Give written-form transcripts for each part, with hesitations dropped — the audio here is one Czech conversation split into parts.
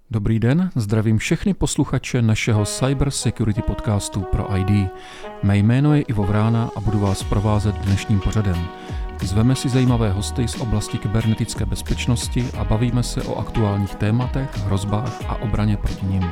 Dobrý den, zdravím všechny posluchače našeho Cyber Security podcastu pro ID. Mé jméno je Ivo Vrána a budu vás provázet dnešním pořadem. Zveme si zajímavé hosty z oblasti kybernetické bezpečnosti a bavíme se o aktuálních tématech, hrozbách a obraně proti nim.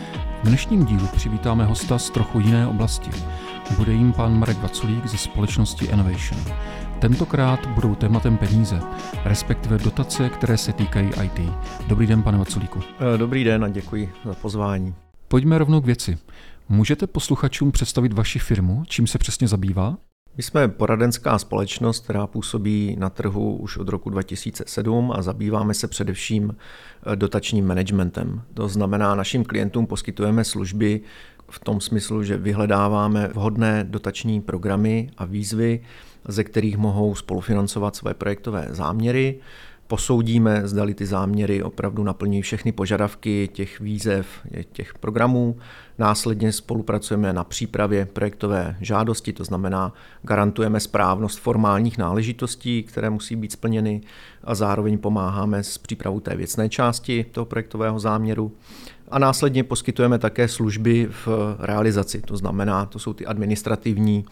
V dnešním dílu přivítáme hosta z trochu jiné oblasti. Bude jim pan Marek Vaculík ze společnosti Innovation. Tentokrát budou tématem peníze, respektive dotace, které se týkají IT. Dobrý den, pane Vaculíku. Dobrý den a děkuji za pozvání. Pojďme rovnou k věci. Můžete posluchačům představit vaši firmu, čím se přesně zabývá? My jsme poradenská společnost, která působí na trhu už od roku 2007 a zabýváme se především dotačním managementem. To znamená, našim klientům poskytujeme služby v tom smyslu, že vyhledáváme vhodné dotační programy a výzvy, ze kterých mohou spolufinancovat své projektové záměry. Posoudíme, zdali ty záměry opravdu naplňují všechny požadavky těch výzev, těch programů. Následně spolupracujeme na přípravě projektové žádosti, to znamená, garantujeme správnost formálních náležitostí, které musí být splněny, a zároveň pomáháme s přípravou té věcné části toho projektového záměru. A následně poskytujeme také služby v realizaci, to znamená, to jsou ty administrativní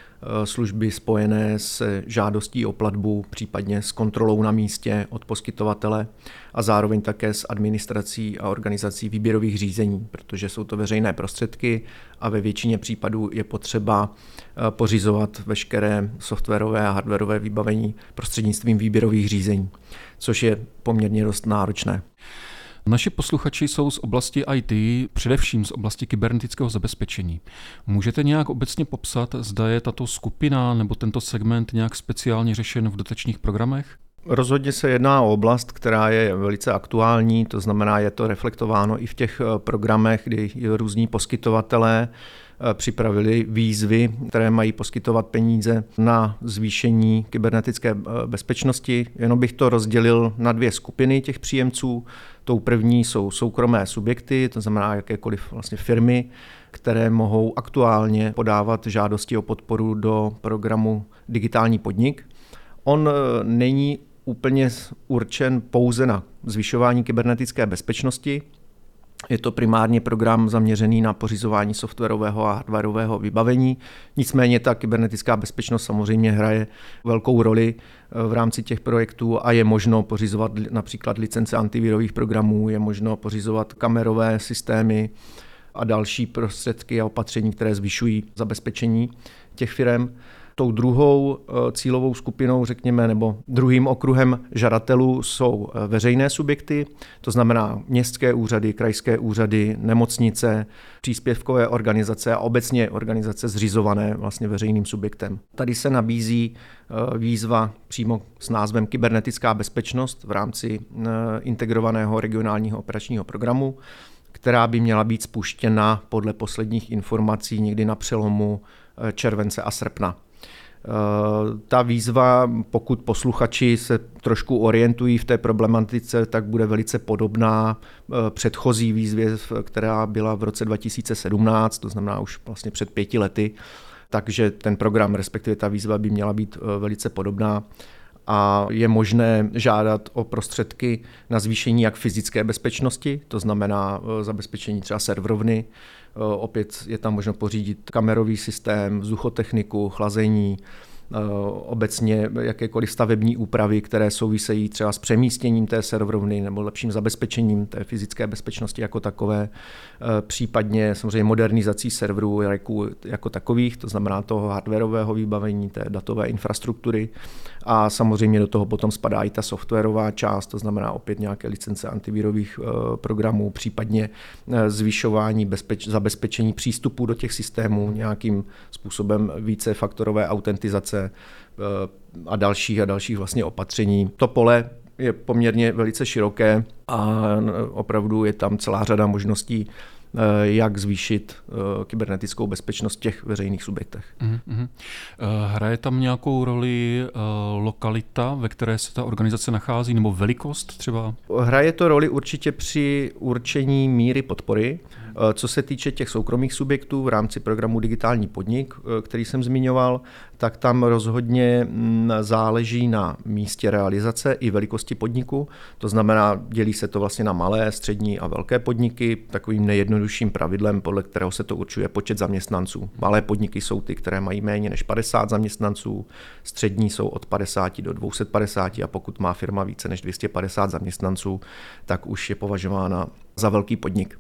služby spojené s žádostí o platbu, případně s kontrolou na místě od poskytovatele a zároveň také s administrací a organizací výběrových řízení, protože jsou to veřejné prostředky a ve většině případů je potřeba pořizovat veškeré softwarové a hardwarové vybavení prostřednictvím výběrových řízení, což je poměrně dost náročné. Naši posluchači jsou z oblasti IT, především z oblasti kybernetického zabezpečení. Můžete nějak obecně popsat, zda je tato skupina nebo tento segment nějak speciálně řešen v dotačních programech? Rozhodně se jedná o oblast, která je velice aktuální, to znamená, je to reflektováno i v těch programech, kdy různí poskytovatelé připravili výzvy, které mají poskytovat peníze na zvýšení kybernetické bezpečnosti. Jenom bych to rozdělil na dvě skupiny těch příjemců. Tou první jsou soukromé subjekty, to znamená jakékoliv vlastně firmy, které mohou aktuálně podávat žádosti o podporu do programu Digitální podnik. On není úplně určen pouze na zvyšování kybernetické bezpečnosti. Je to primárně program zaměřený na pořizování softwarového a hardwarového vybavení. Nicméně ta kybernetická bezpečnost samozřejmě hraje velkou roli v rámci těch projektů a je možno pořizovat například licence antivirových programů, je možno pořizovat kamerové systémy a další prostředky a opatření, které zvyšují zabezpečení těch firem. Tou druhou cílovou skupinou, řekněme, nebo druhým okruhem žadatelů jsou veřejné subjekty, to znamená městské úřady, krajské úřady, nemocnice, příspěvkové organizace a obecně organizace zřizované vlastně veřejným subjektem. Tady se nabízí výzva přímo s názvem Kybernetická bezpečnost v rámci integrovaného regionálního operačního programu, která by měla být spuštěna podle posledních informací někdy na přelomu července a srpna. Ta výzva, pokud posluchači se trošku orientují v té problematice, tak bude velice podobná předchozí výzvě, která byla v roce 2017, to znamená už vlastně před 5 lety, takže ten program, respektive ta výzva by měla být velice podobná. A je možné žádat o prostředky na zvýšení jak fyzické bezpečnosti, to znamená zabezpečení třeba serverovny. Opět je tam možno pořídit kamerový systém, vzduchotechniku, chlazení, obecně jakékoliv stavební úpravy, které souvisejí třeba s přemístěním té serverovny nebo lepším zabezpečením té fyzické bezpečnosti jako takové, případně samozřejmě modernizací serverů jako takových, to znamená toho hardwarového vybavení, té datové infrastruktury, a samozřejmě do toho potom spadá i ta softwarová část, to znamená opět nějaké licence antivirových programů, případně zvyšování zabezpečení přístupu do těch systémů, nějakým způsobem vícefaktorové autentizace a dalších vlastně opatření. To pole je poměrně velice široké a opravdu je tam celá řada možností, jak zvýšit kybernetickou bezpečnost v těch veřejných subjektech. Hraje tam nějakou roli lokalita, ve které se ta organizace nachází, nebo velikost třeba? Hraje to roli určitě při určení míry podpory. Co se týče těch soukromých subjektů v rámci programu Digitální podnik, který jsem zmiňoval, tak tam rozhodně záleží na místě realizace i velikosti podniku. To znamená, dělí se to vlastně na malé, střední a velké podniky takovým nejjednodušším pravidlem, podle kterého se to určuje počet zaměstnanců. Malé podniky jsou ty, které mají méně než 50 zaměstnanců, střední jsou od 50 do 250 a pokud má firma více než 250 zaměstnanců, tak už je považována za velký podnik.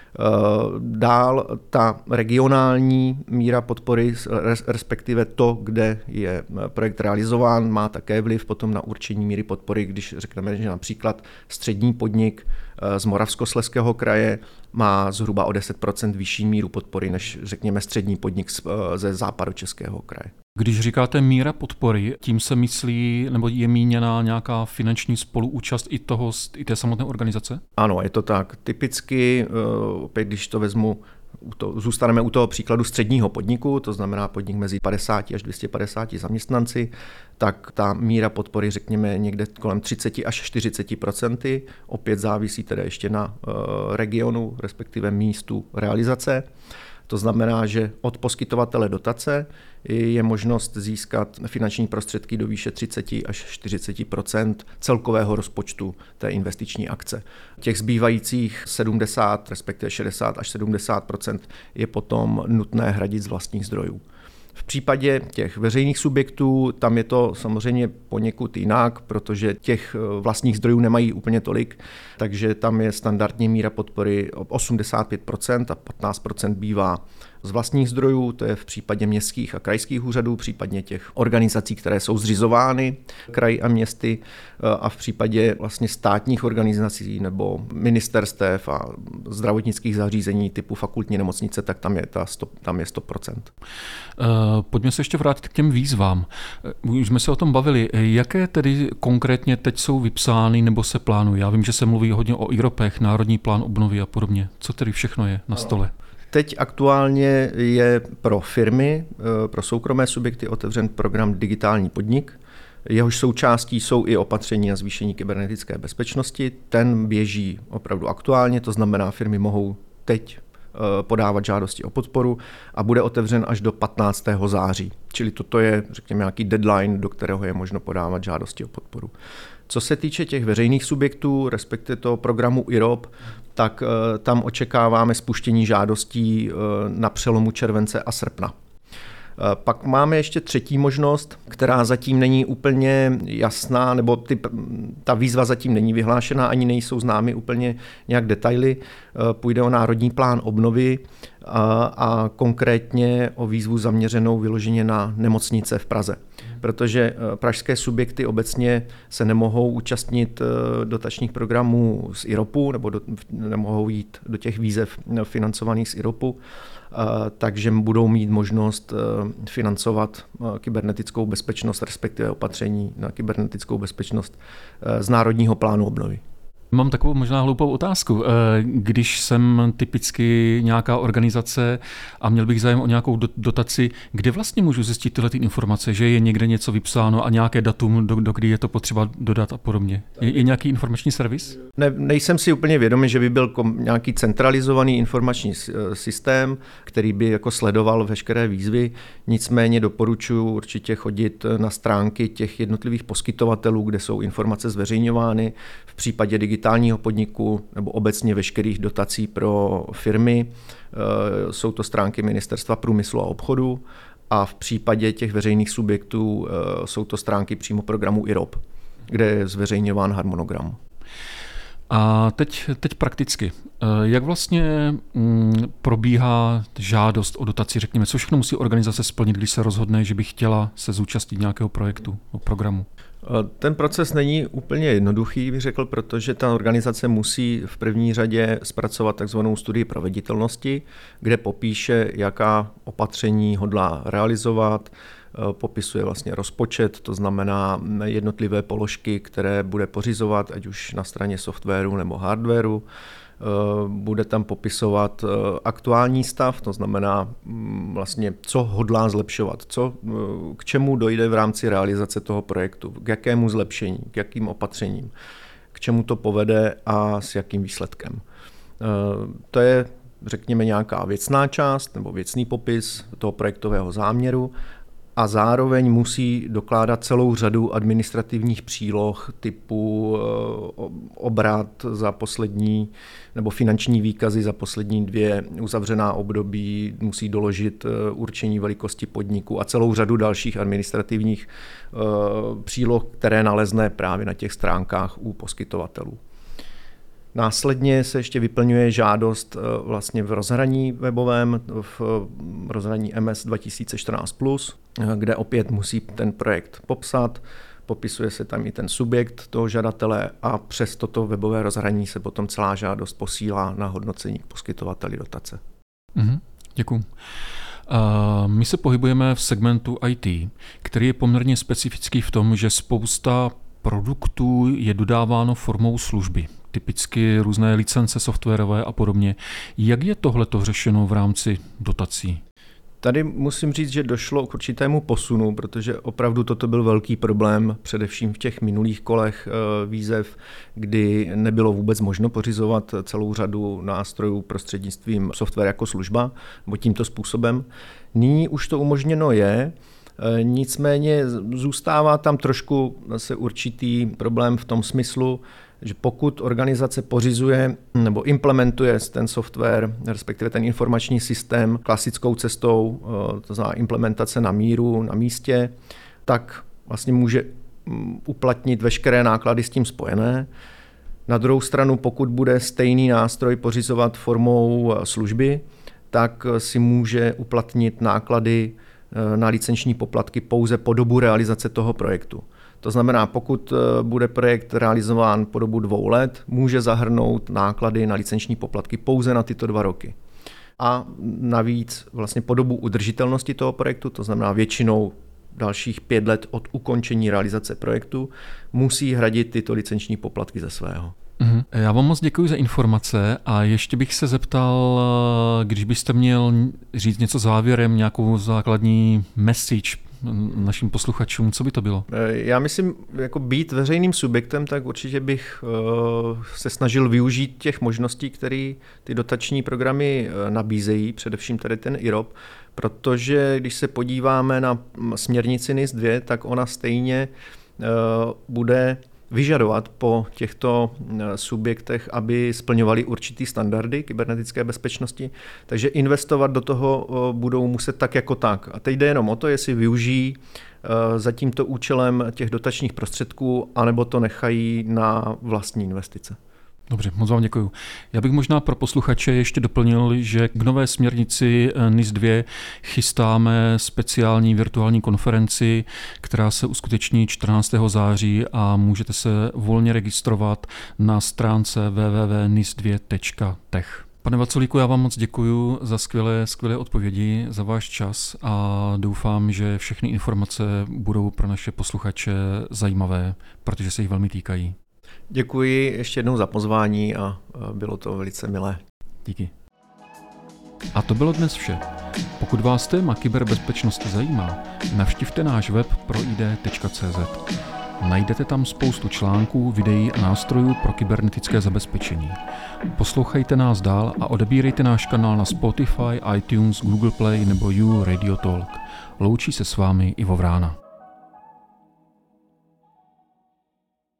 Dál ta regionální míra podpory, respektive to, kde je projekt realizován, má také vliv potom na určení míry podpory, když řekneme, že například střední podnik z Moravskoslezského kraje má zhruba o 10% vyšší míru podpory než řekněme střední podnik ze Západočeského kraje. Když říkáte míra podpory, tím se myslí, nebo je míněna nějaká finanční spoluúčast i té samotné organizace? Ano, je to tak. Typicky, opět když to vezmu, zůstaneme u toho příkladu středního podniku, to znamená podnik mezi 50 až 250 zaměstnanci, tak ta míra podpory řekněme někde kolem 30 až 40%, opět závisí tedy ještě na regionu, respektive místu realizace. To znamená, že od poskytovatele dotace je možnost získat finanční prostředky do výše 30 až 40% celkového rozpočtu té investiční akce. Těch zbývajících 70, respektive 60 až 70% je potom nutné hradit z vlastních zdrojů. V případě těch veřejných subjektů tam je to samozřejmě poněkud jinak, protože těch vlastních zdrojů nemají úplně tolik, takže tam je standardní míra podpory 85% a 15% bývá z vlastních zdrojů, to je v případě městských a krajských úřadů, případně těch organizací, které jsou zřizovány kraji a městy, a v případě vlastně státních organizací nebo ministerstev a zdravotnických zařízení typu fakultní nemocnice, tak tam je 100%. Pojďme se ještě vrátit k těm výzvám. Už jsme se o tom bavili. Jaké tedy konkrétně teď jsou vypsány nebo se plánují? Já vím, že se mluví hodně o IROPech, Národní plán obnovy a podobně. Co tedy všechno je na stole? Teď aktuálně je pro firmy, pro soukromé subjekty otevřen program Digitální podnik. Jehož součástí jsou i opatření na zvýšení kybernetické bezpečnosti. Ten běží opravdu aktuálně, to znamená, firmy mohou teď podávat žádosti o podporu a bude otevřen až do 15. září. Čili toto je, řekněme, nějaký deadline, do kterého je možno podávat žádosti o podporu. Co se týče těch veřejných subjektů, respektive toho programu IROP, tak tam očekáváme spuštění žádostí na přelomu července a srpna. Pak máme ještě třetí možnost, která zatím není úplně jasná, nebo ta výzva zatím není vyhlášená, ani nejsou známy úplně nějak detaily. Půjde o Národní plán obnovy a konkrétně o výzvu zaměřenou vyloženě na nemocnice v Praze. Protože pražské subjekty obecně se nemohou účastnit dotačních programů z IROPu, nebo nemohou jít do těch výzev financovaných z IROPu, takže budou mít možnost financovat kybernetickou bezpečnost, respektive opatření na kybernetickou bezpečnost z Národního plánu obnovy. Mám takovou možná hloupou otázku. Když jsem typicky nějaká organizace a měl bych zájem o nějakou dotaci, kde vlastně můžu zjistit tyhle informace, že je někde něco vypsáno a nějaké datum, do kdy je to potřeba dodat a podobně? Je nějaký informační servis? Nejsem si úplně vědomý, že by byl nějaký centralizovaný informační systém, který by jako sledoval veškeré výzvy. Nicméně doporučuji určitě chodit na stránky těch jednotlivých poskytovatelů, kde jsou informace zveřejňovány. V případě digitálního podniku nebo obecně veškerých dotací pro firmy jsou to stránky Ministerstva průmyslu a obchodu a v případě těch veřejných subjektů jsou to stránky přímo programu IROP, kde je zveřejňován harmonogram. A teď prakticky. Jak vlastně probíhá žádost o dotaci, řekněme, co všechno musí organizace splnit, když se rozhodne, že by chtěla se zúčastnit nějakého projektu, programu? Ten proces není úplně jednoduchý, bych řekl, protože ta organizace musí v první řadě zpracovat takzvanou studii proveditelnosti, kde popíše, jaká opatření hodlá realizovat, popisuje vlastně rozpočet, to znamená jednotlivé položky, které bude pořizovat, ať už na straně softwaru nebo hardwaru. Bude tam popisovat aktuální stav, to znamená vlastně, co hodlá zlepšovat, k čemu dojde v rámci realizace toho projektu, k jakému zlepšení, k jakým opatřením, k čemu to povede a s jakým výsledkem. To je řekněme nějaká věcná část nebo věcný popis toho projektového záměru a zároveň musí dokládat celou řadu administrativních příloh typu obrat za poslední nebo finanční výkazy za poslední 2 uzavřená období, musí doložit určení velikosti podniku a celou řadu dalších administrativních příloh, které nalezne právě na těch stránkách u poskytovatelů. Následně se ještě vyplňuje žádost vlastně v rozhraní webovém, v rozhraní MS 2014+, kde opět musí ten projekt popsat, popisuje se tam i ten subjekt toho žadatele a přes toto webové rozhraní se potom celá žádost posílá na hodnocení k poskytovateli dotace. Děkuji. My se pohybujeme v segmentu IT, který je poměrně specifický v tom, že spousta produktů je dodáváno formou služby. Typicky různé licence softwarové a podobně. Jak je tohleto řešeno v rámci dotací? Tady musím říct, že došlo k určitému posunu, protože opravdu toto byl velký problém, především v těch minulých kolech výzev, kdy nebylo vůbec možno pořizovat celou řadu nástrojů prostřednictvím software jako služba, nebo tímto způsobem. Nyní už to umožněno je, nicméně zůstává tam trošku zase určitý problém v tom smyslu, že pokud organizace pořizuje nebo implementuje ten software, respektive ten informační systém klasickou cestou, to znamená implementace na míru, na místě, tak vlastně může uplatnit veškeré náklady s tím spojené. Na druhou stranu, pokud bude stejný nástroj pořizovat formou služby, tak si může uplatnit náklady na licenční poplatky pouze po dobu realizace toho projektu. To znamená, pokud bude projekt realizován po dobu 2 let, může zahrnout náklady na licenční poplatky pouze na tyto 2 roky. A navíc vlastně po dobu udržitelnosti toho projektu, to znamená většinou dalších 5 let od ukončení realizace projektu, musí hradit tyto licenční poplatky ze svého. Já vám moc děkuji za informace a ještě bych se zeptal, když byste měl říct něco závěrem, nějakou základní message našim posluchačům, co by to bylo? Já myslím, jako být veřejným subjektem, tak určitě bych se snažil využít těch možností, které ty dotační programy nabízejí, především tady ten IROP, protože když se podíváme na směrnici NIS 2, tak ona stejně bude vyžadovat po těchto subjektech, aby splňovali určitý standardy kybernetické bezpečnosti, takže investovat do toho budou muset tak jako tak. A teď jde jenom o to, jestli využijí za tímto účelem těch dotačních prostředků, anebo to nechají na vlastní investice. Dobře, moc vám děkuju. Já bych možná pro posluchače ještě doplnil, že k nové směrnici NIS 2 chystáme speciální virtuální konferenci, která se uskuteční 14. září a můžete se volně registrovat na stránce www.nis2.tech. Pane Vaculíku, já vám moc děkuju za skvělé odpovědi, za váš čas a doufám, že všechny informace budou pro naše posluchače zajímavé, protože se jich velmi týkají. Děkuji ještě jednou za pozvání a bylo to velice milé. Díky. A to bylo dnes vše. Pokud vás téma kyberbezpečnosti zajímá, navštivte náš web proid.cz. Najdete tam spoustu článků, videí a nástrojů pro kybernetické zabezpečení. Poslouchejte nás dál a odebírejte náš kanál na Spotify, iTunes, Google Play nebo You Radio Talk. Loučí se s vámi Ivo Vrána.